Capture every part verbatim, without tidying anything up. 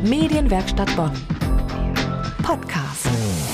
Medienwerkstatt Bonn. Podcast.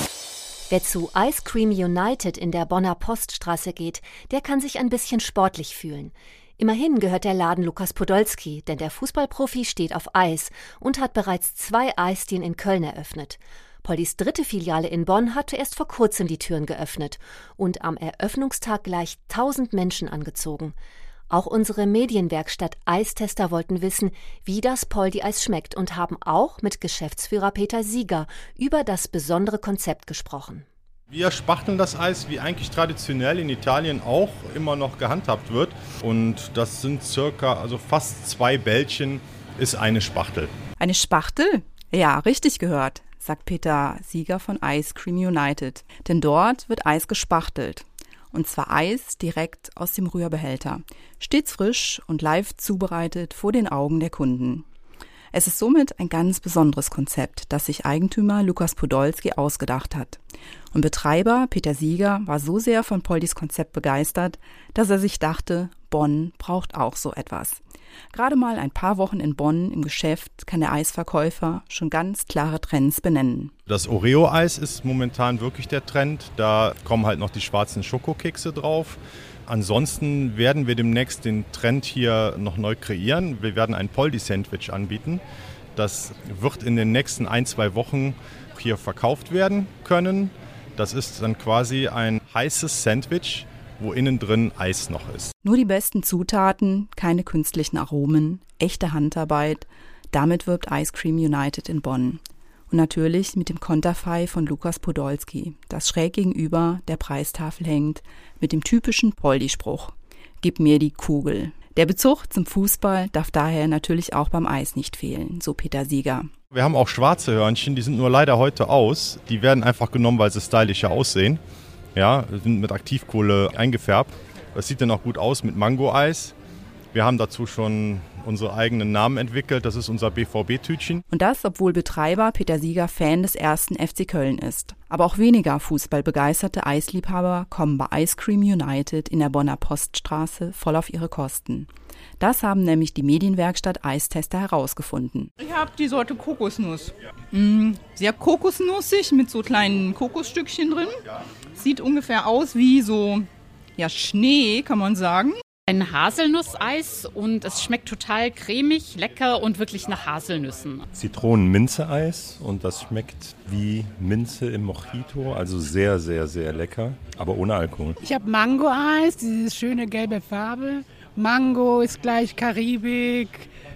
Wer zu Ice Cream United in der Bonner Poststraße geht, der kann sich ein bisschen sportlich fühlen. Immerhin gehört der Laden Lukas Podolski, denn der Fußballprofi steht auf Eis und hat bereits zwei Eisdielen in Köln eröffnet. Poldis dritte Filiale in Bonn hatte erst vor kurzem die Türen geöffnet und am Eröffnungstag gleich tausend Menschen angezogen. Auch unsere Medienwerkstatt Eistester wollten wissen, wie das Poldi-Eis schmeckt und haben auch mit Geschäftsführer Peter Sieger über das besondere Konzept gesprochen. Wir spachteln das Eis, wie eigentlich traditionell in Italien auch immer noch gehandhabt wird. Und das sind circa, also fast zwei Bällchen ist eine Spachtel. Eine Spachtel? Ja, richtig gehört, sagt Peter Sieger von Ice Cream United. Denn dort wird Eis gespachtelt. Und zwar Eis direkt aus dem Rührbehälter. Stets frisch und live zubereitet vor den Augen der Kunden. Es ist somit ein ganz besonderes Konzept, das sich Eigentümer Lukas Podolski ausgedacht hat. Und Betreiber Peter Sieger war so sehr von Poldis Konzept begeistert, dass er sich dachte, Bonn braucht auch so etwas. Gerade mal ein paar Wochen in Bonn im Geschäft kann der Eisverkäufer schon ganz klare Trends benennen. Das Oreo-Eis ist momentan wirklich der Trend. Da kommen halt noch die schwarzen Schokokekse drauf. Ansonsten werden wir demnächst den Trend hier noch neu kreieren. Wir werden ein Poldi-Sandwich anbieten. Das wird in den nächsten ein, zwei Wochen hier verkauft werden können. Das ist dann quasi ein heißes Sandwich, wo innen drin Eis noch ist. Nur die besten Zutaten, keine künstlichen Aromen, echte Handarbeit. Damit wirbt Ice Cream United in Bonn. Und natürlich mit dem Konterfei von Lukas Podolski, das schräg gegenüber der Preistafel hängt, mit dem typischen Poldi-Spruch: Gib mir die Kugel. Der Bezug zum Fußball darf daher natürlich auch beim Eis nicht fehlen, so Peter Sieger. Wir haben auch schwarze Hörnchen, die sind nur leider heute aus. Die werden einfach genommen, weil sie stylischer aussehen. Ja, sind mit Aktivkohle eingefärbt. Das sieht dann auch gut aus mit Mango-Eis. Wir haben dazu schon unsere eigenen Namen entwickelt. Das ist unser B V B-Tütchen. Und das, obwohl Betreiber Peter Sieger Fan des ersten F C Köln ist. Aber auch weniger fußballbegeisterte Eisliebhaber kommen bei Ice Cream United in der Bonner Poststraße voll auf ihre Kosten. Das haben nämlich die Medienwerkstatt Eistester herausgefunden. Ich habe die Sorte Kokosnuss. Mm, sehr kokosnussig mit so kleinen Kokosstückchen drin. Sieht ungefähr aus wie so ja, Schnee, kann man sagen. Ein Haselnusseis und es schmeckt total cremig, lecker und wirklich nach Haselnüssen. Zitronen-Minze-Eis und das schmeckt wie Minze im Mojito, also sehr, sehr, sehr lecker, aber ohne Alkohol. Ich habe Mango-Eis, diese schöne gelbe Farbe. Mango ist gleich Karibik,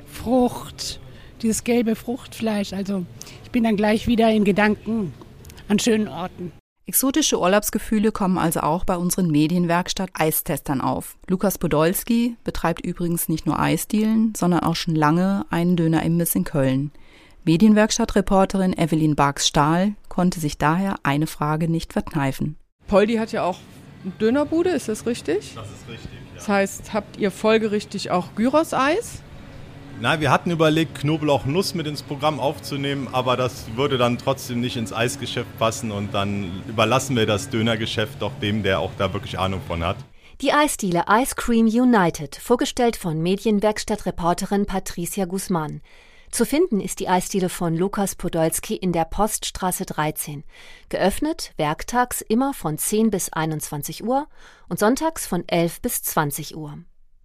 Frucht, dieses gelbe Fruchtfleisch. Also ich bin dann gleich wieder in Gedanken an schönen Orten. Exotische Urlaubsgefühle kommen also auch bei unseren Medienwerkstatt Eistestern auf. Lukas Podolski betreibt übrigens nicht nur Eisdielen, sondern auch schon lange einen Dönerimbiss in Köln. Medienwerkstatt-Reporterin Evelyn Barks-Stahl konnte sich daher eine Frage nicht verkneifen. Poldi hat ja auch eine Dönerbude, ist das richtig? Das ist richtig, ja. Das heißt, habt ihr folgerichtig auch Gyros-Eis? Nein, wir hatten überlegt, Knoblauchnuss mit ins Programm aufzunehmen, aber das würde dann trotzdem nicht ins Eisgeschäft passen und dann überlassen wir das Dönergeschäft doch dem, der auch da wirklich Ahnung von hat. Die Eisdiele Ice Cream United, vorgestellt von Medienwerkstatt-Reporterin Patricia Guzman. Zu finden ist die Eisdiele von Lukas Podolski in der Poststraße dreizehn. Geöffnet werktags immer von zehn bis einundzwanzig Uhr und sonntags von elf bis zwanzig Uhr.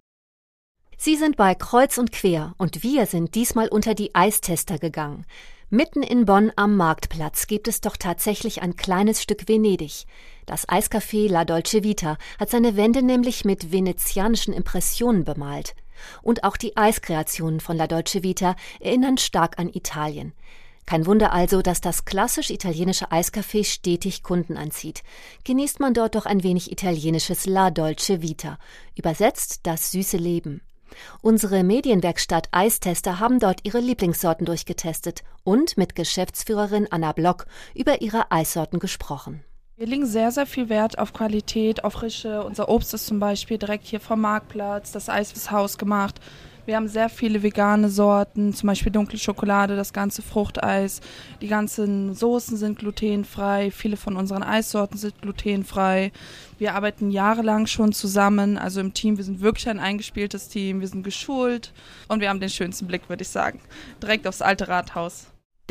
Sie sind bei Kreuz und Quer und wir sind diesmal unter die Eistester gegangen. Mitten in Bonn am Marktplatz gibt es doch tatsächlich ein kleines Stück Venedig. Das Eiscafé La Dolce Vita hat seine Wände nämlich mit venezianischen Impressionen bemalt. Und auch die Eiskreationen von La Dolce Vita erinnern stark an Italien. Kein Wunder also, dass das klassisch italienische Eiscafé stetig Kunden anzieht. Genießt man dort doch ein wenig italienisches La Dolce Vita, übersetzt das süße Leben. Unsere Medienwerkstatt Eistester haben dort ihre Lieblingssorten durchgetestet und mit Geschäftsführerin Anna Block über ihre Eissorten gesprochen. Wir legen sehr, sehr viel Wert auf Qualität, auf Frische. Unser Obst ist zum Beispiel direkt hier vom Marktplatz, das Eis ist hausgemacht. Wir haben sehr viele vegane Sorten, zum Beispiel dunkle Schokolade, das ganze Fruchteis. Die ganzen Soßen sind glutenfrei, viele von unseren Eissorten sind glutenfrei. Wir arbeiten jahrelang schon zusammen, also im Team. Wir sind wirklich ein eingespieltes Team, wir sind geschult und wir haben den schönsten Blick, würde ich sagen, direkt aufs alte Rathaus.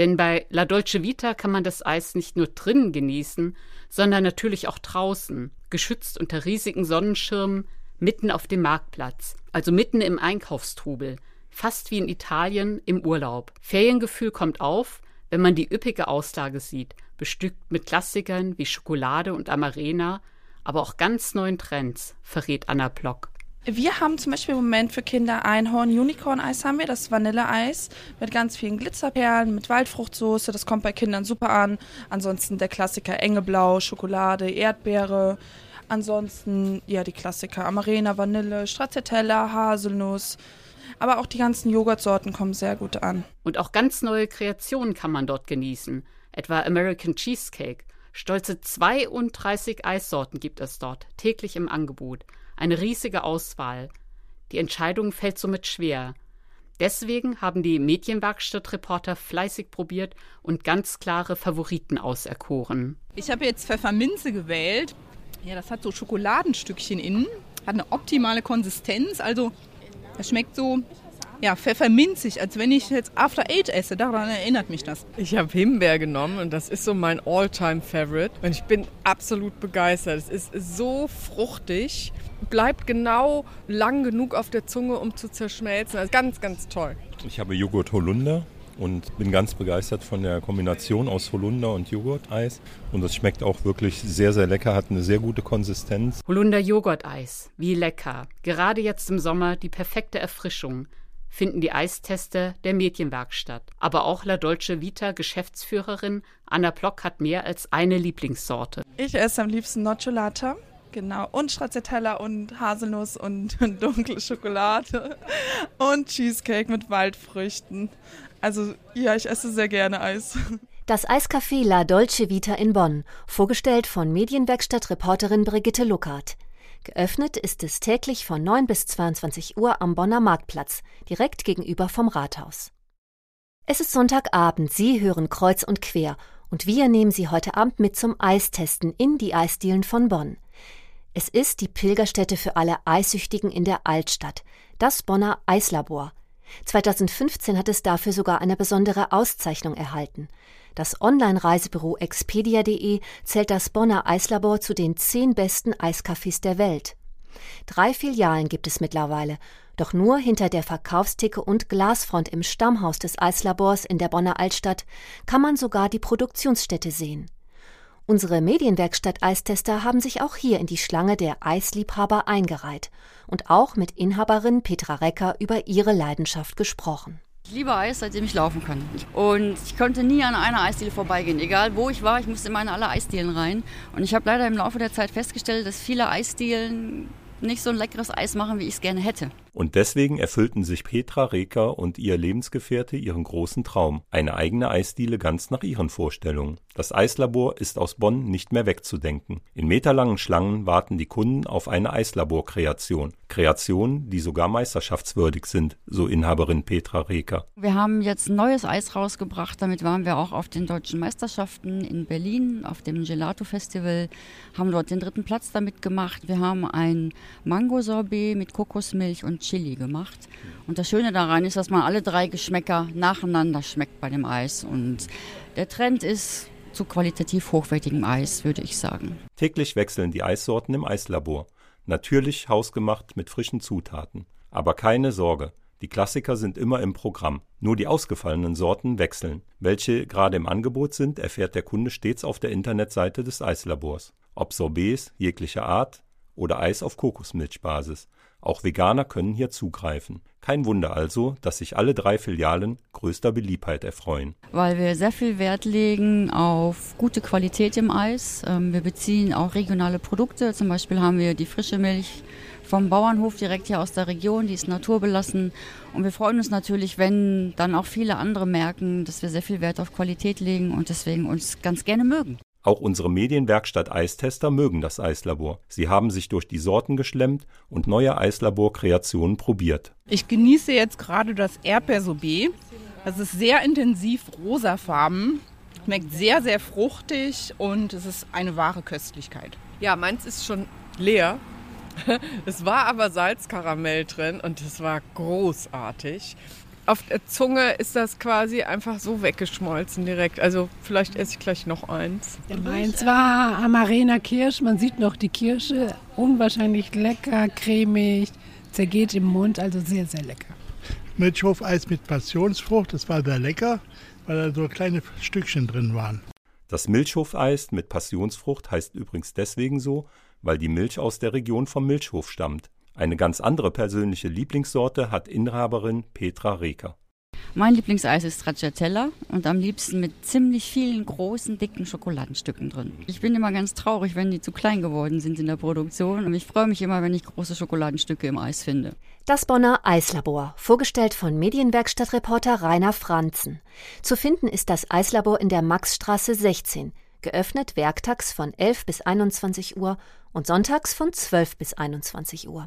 Denn bei La Dolce Vita kann man das Eis nicht nur drinnen genießen, sondern natürlich auch draußen, geschützt unter riesigen Sonnenschirmen, mitten auf dem Marktplatz, also mitten im Einkaufstrubel, fast wie in Italien im Urlaub. Feriengefühl kommt auf, wenn man die üppige Auslage sieht, bestückt mit Klassikern wie Schokolade und Amarena, aber auch ganz neuen Trends, verrät Anna Block. Wir haben zum Beispiel im Moment für Kinder Einhorn-Unicorn-Eis haben wir, das Vanilleeis mit ganz vielen Glitzerperlen, mit Waldfruchtsoße, das kommt bei Kindern super an. Ansonsten der Klassiker Engelblau, Schokolade, Erdbeere. Ansonsten, ja, die Klassiker Amarena, Vanille, Stracciatella, Haselnuss. Aber auch die ganzen Joghurtsorten kommen sehr gut an. Und auch ganz neue Kreationen kann man dort genießen, etwa American Cheesecake. Stolze zweiunddreißig Eissorten gibt es dort, täglich im Angebot. Eine riesige Auswahl. Die Entscheidung fällt somit schwer. Deswegen haben die Medienwerkstatt-Reporter fleißig probiert und ganz klare Favoriten auserkoren. Ich habe jetzt Pfefferminze gewählt. Ja, das hat so Schokoladenstückchen innen, hat eine optimale Konsistenz. Also es schmeckt so ja, pfefferminzig, als wenn ich jetzt After Eight esse. Daran erinnert mich das. Ich habe Himbeer genommen und das ist so mein All-Time-Favorite. Und ich bin absolut begeistert. Es ist so fruchtig, bleibt genau lang genug auf der Zunge, um zu zerschmelzen. Also ganz, ganz toll. Ich habe Joghurt Holunder und bin ganz begeistert von der Kombination aus Holunder und Joghurt-Eis. Und es schmeckt auch wirklich sehr, sehr lecker, hat eine sehr gute Konsistenz. Holunder-Joghurt-Eis, wie lecker. Gerade jetzt im Sommer die perfekte Erfrischung, finden die Eistester der Medienwerkstatt. Aber auch La Dolce Vita Geschäftsführerin Anna Block hat mehr als eine Lieblingssorte. Ich esse am liebsten Nocciolata. Genau, und Stracciatella und Haselnuss und dunkle Schokolade und Cheesecake mit Waldfrüchten. Also ja, ich esse sehr gerne Eis. Das Eiscafé La Dolce Vita in Bonn, vorgestellt von Medienwerkstatt-Reporterin Brigitte Luckert. Geöffnet ist es täglich von neun bis zweiundzwanzig Uhr am Bonner Marktplatz, direkt gegenüber vom Rathaus. Es ist Sonntagabend, Sie hören Kreuz und Quer und wir nehmen Sie heute Abend mit zum Eistesten in die Eisdielen von Bonn. Es ist die Pilgerstätte für alle Eissüchtigen in der Altstadt, das Bonner Eislabor. zweitausendfünfzehn hat es dafür sogar eine besondere Auszeichnung erhalten. Das Online-Reisebüro expedia punkt de zählt das Bonner Eislabor zu den zehn besten Eiscafés der Welt. Drei Filialen gibt es mittlerweile, doch nur hinter der Verkaufstheke und Glasfront im Stammhaus des Eislabors in der Bonner Altstadt kann man sogar die Produktionsstätte sehen. Unsere Medienwerkstatt-Eistester haben sich auch hier in die Schlange der Eisliebhaber eingereiht und auch mit Inhaberin Petra Recker über ihre Leidenschaft gesprochen. Ich liebe Eis, seitdem ich laufen kann. Und ich konnte nie an einer Eisdiele vorbeigehen. Egal wo ich war, ich musste immer in alle Eisdielen rein. Und ich habe leider im Laufe der Zeit festgestellt, dass viele Eisdielen nicht so ein leckeres Eis machen, wie ich es gerne hätte. Und deswegen erfüllten sich Petra Reker und ihr Lebensgefährte ihren großen Traum. Eine eigene Eisdiele ganz nach ihren Vorstellungen. Das Eislabor ist aus Bonn nicht mehr wegzudenken. In meterlangen Schlangen warten die Kunden auf eine Eislabor-Kreation. Kreationen, die sogar meisterschaftswürdig sind, so Inhaberin Petra Reker. Wir haben jetzt ein neues Eis rausgebracht. Damit waren wir auch auf den Deutschen Meisterschaften in Berlin, auf dem Gelato-Festival, haben dort den dritten Platz damit gemacht. Wir haben ein Mango-Sorbet mit Kokosmilch und Chili gemacht. Und das Schöne daran ist, dass man alle drei Geschmäcker nacheinander schmeckt bei dem Eis. Und der Trend ist zu qualitativ hochwertigem Eis, würde ich sagen. Täglich wechseln die Eissorten im Eislabor. Natürlich hausgemacht mit frischen Zutaten. Aber keine Sorge, die Klassiker sind immer im Programm. Nur die ausgefallenen Sorten wechseln. Welche gerade im Angebot sind, erfährt der Kunde stets auf der Internetseite des Eislabors. Ob Sorbets jeglicher Art oder Eis auf Kokosmilchbasis. Auch Veganer können hier zugreifen. Kein Wunder also, dass sich alle drei Filialen größter Beliebtheit erfreuen. Weil wir sehr viel Wert legen auf gute Qualität im Eis. Wir beziehen auch regionale Produkte. Zum Beispiel haben wir die frische Milch vom Bauernhof direkt hier aus der Region. Die ist naturbelassen. Und wir freuen uns natürlich, wenn dann auch viele andere merken, dass wir sehr viel Wert auf Qualität legen und deswegen uns ganz gerne mögen. Auch unsere Medienwerkstatt-Eistester mögen das Eislabor. Sie haben sich durch die Sorten geschlemmt und neue Eislabor-Kreationen probiert. Ich genieße jetzt gerade das Erdbeersorbet. Das ist sehr intensiv rosafarben, schmeckt sehr, sehr fruchtig und es ist eine wahre Köstlichkeit. Ja, meins ist schon leer. Es war aber Salzkaramell drin und es war großartig. Auf der Zunge ist das quasi einfach so weggeschmolzen direkt. Also vielleicht esse ich gleich noch eins. Ja, meins war Amarena Kirsch. Man sieht noch die Kirsche. Unwahrscheinlich lecker, cremig, zergeht im Mund. Also sehr, sehr lecker. Milchhofeis mit Passionsfrucht. Das war sehr lecker, weil da so kleine Stückchen drin waren. Das Milchhofeis mit Passionsfrucht heißt übrigens deswegen so, weil die Milch aus der Region vom Milchhof stammt. Eine ganz andere persönliche Lieblingssorte hat Inhaberin Petra Reker. Mein Lieblingseis ist Stracciatella und am liebsten mit ziemlich vielen großen, dicken Schokoladenstücken drin. Ich bin immer ganz traurig, wenn die zu klein geworden sind in der Produktion und ich freue mich immer, wenn ich große Schokoladenstücke im Eis finde. Das Bonner Eislabor, vorgestellt von Medienwerkstattreporter Rainer Franzen. Zu finden ist das Eislabor in der Maxstraße sechzehn, geöffnet werktags von elf bis einundzwanzig Uhr und sonntags von zwölf bis einundzwanzig Uhr.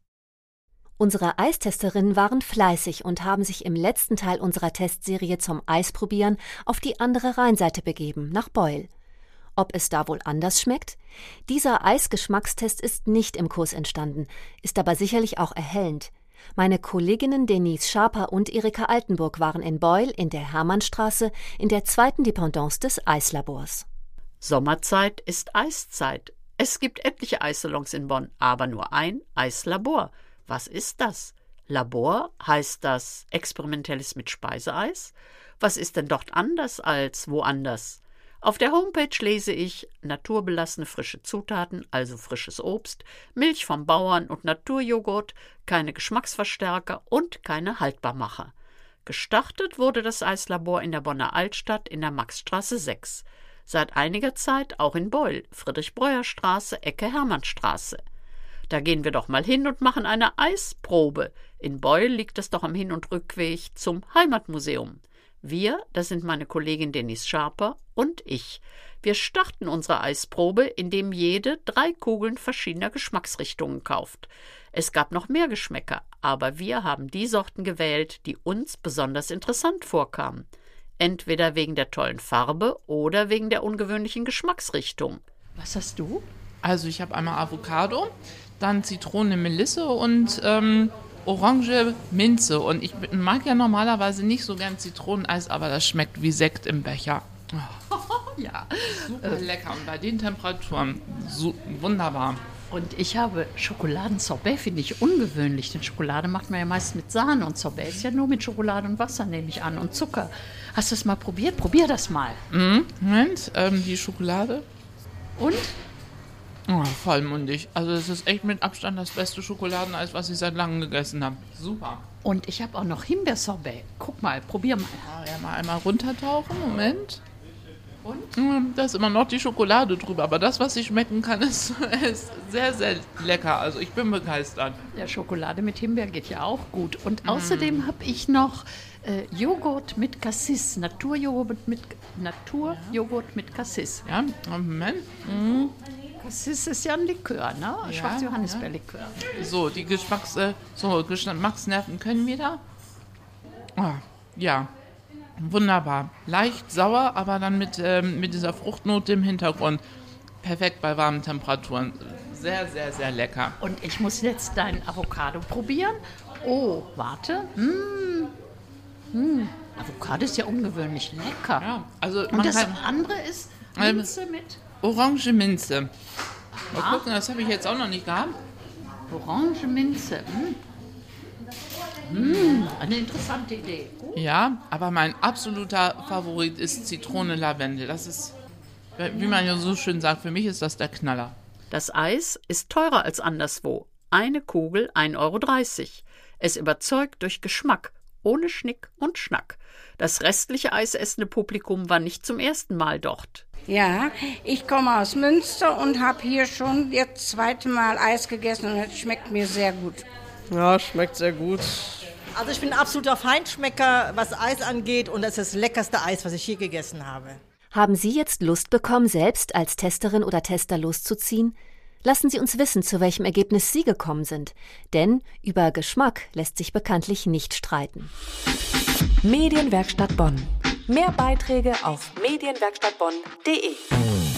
Unsere Eistesterinnen waren fleißig und haben sich im letzten Teil unserer Testserie zum Eisprobieren auf die andere Rheinseite begeben, nach Beul. Ob es da wohl anders schmeckt? Dieser Eisgeschmackstest ist nicht im Kurs entstanden, ist aber sicherlich auch erhellend. Meine Kolleginnen Denise Schaper und Erika Altenburg waren in Beul in der Hermannstraße in der zweiten Dependance des Eislabors. Sommerzeit ist Eiszeit. Es gibt etliche Eissalons in Bonn, aber nur ein Eislabor. Was ist das? Labor, heißt das Experimentelles mit Speiseeis? Was ist denn dort anders als woanders? Auf der Homepage lese ich naturbelassene frische Zutaten, also frisches Obst, Milch vom Bauern und Naturjoghurt, keine Geschmacksverstärker und keine Haltbarmacher. Gestartet wurde das Eislabor in der Bonner Altstadt in der Maxstraße sechs. Seit einiger Zeit auch in Beul, Friedrich-Breuer-Straße, Ecke Hermannstraße. Da gehen wir doch mal hin und machen eine Eisprobe. In Beul liegt es doch am Hin- und Rückweg zum Heimatmuseum. Wir, das sind meine Kollegin Denise Schaper und ich. Wir starten unsere Eisprobe, indem jede drei Kugeln verschiedener Geschmacksrichtungen kauft. Es gab noch mehr Geschmäcker, aber wir haben die Sorten gewählt, die uns besonders interessant vorkamen. Entweder wegen der tollen Farbe oder wegen der ungewöhnlichen Geschmacksrichtung. Was hast du? Also ich habe einmal Avocado, dann Zitrone, Melisse und ähm, Orange, Minze. Und ich mag ja normalerweise nicht so gern Zitroneneis, aber das schmeckt wie Sekt im Becher. Oh. Ja, super äh, lecker und bei den Temperaturen so, wunderbar. Und ich habe Schokoladensorbet, finde ich ungewöhnlich, denn Schokolade macht man ja meist mit Sahne und Sorbet ist ja nur mit Schokolade und Wasser, nehme ich an, und Zucker. Hast du es mal probiert? Probier das mal. Mhm. Moment, ähm, die Schokolade. Und? Oh, vollmundig. Also das ist echt mit Abstand das beste Schokoladeneis, was ich seit langem gegessen habe. Super. Und ich habe auch noch Himbeersorbet. Guck mal, probier mal. Ah, ja, mal einmal runtertauchen, Moment. Und? Da ist immer noch die Schokolade drüber, aber das, was ich schmecken kann, ist, ist sehr, sehr lecker. Also ich bin begeistert. Ja, Schokolade mit Himbeer geht ja auch gut. Und mm. außerdem habe ich noch äh, Joghurt mit Cassis, Naturjoghurt mit, Naturjoghurt ja. mit Cassis. Ja, Moment. Mm. Cassis ist ja ein Likör, ne? Ja, Schwarz-Johannisbeer-Likör. Ja. So, die Geschmacks, äh, so, Geschmacksnerven können wir da. Ah, ja. Wunderbar. Leicht sauer, aber dann mit, ähm, mit dieser Fruchtnote im Hintergrund. Perfekt bei warmen Temperaturen. Sehr, sehr, sehr lecker. Und ich muss jetzt deinen Avocado probieren. Oh, warte. Mmh. Mmh. Avocado ist ja ungewöhnlich lecker. Ja, also und das andere ist Minze ähm, mit? Orange Minze. Mal ah. gucken, das habe ich jetzt auch noch nicht gehabt. Orange Minze. Mmh. Mmh, eine interessante Idee. Uh. Ja, aber mein absoluter Favorit ist Zitrone Lavendel. Das ist, wie man ja so schön sagt, für mich ist das der Knaller. Das Eis ist teurer als anderswo. Eine Kugel ein Euro dreißig. Es überzeugt durch Geschmack, ohne Schnick und Schnack. Das restliche eisessende Publikum war nicht zum ersten Mal dort. Ja, ich komme aus Münster und habe hier schon das zweite Mal Eis gegessen und es schmeckt mir sehr gut. Ja, schmeckt sehr gut. Also ich bin ein absoluter Feinschmecker, was Eis angeht, und das ist das leckerste Eis, was ich je gegessen habe. Haben Sie jetzt Lust bekommen, selbst als Testerin oder Tester loszuziehen? Lassen Sie uns wissen, zu welchem Ergebnis Sie gekommen sind. Denn über Geschmack lässt sich bekanntlich nicht streiten. Medienwerkstatt Bonn. Mehr Beiträge auf medienwerkstattbonn punkt de.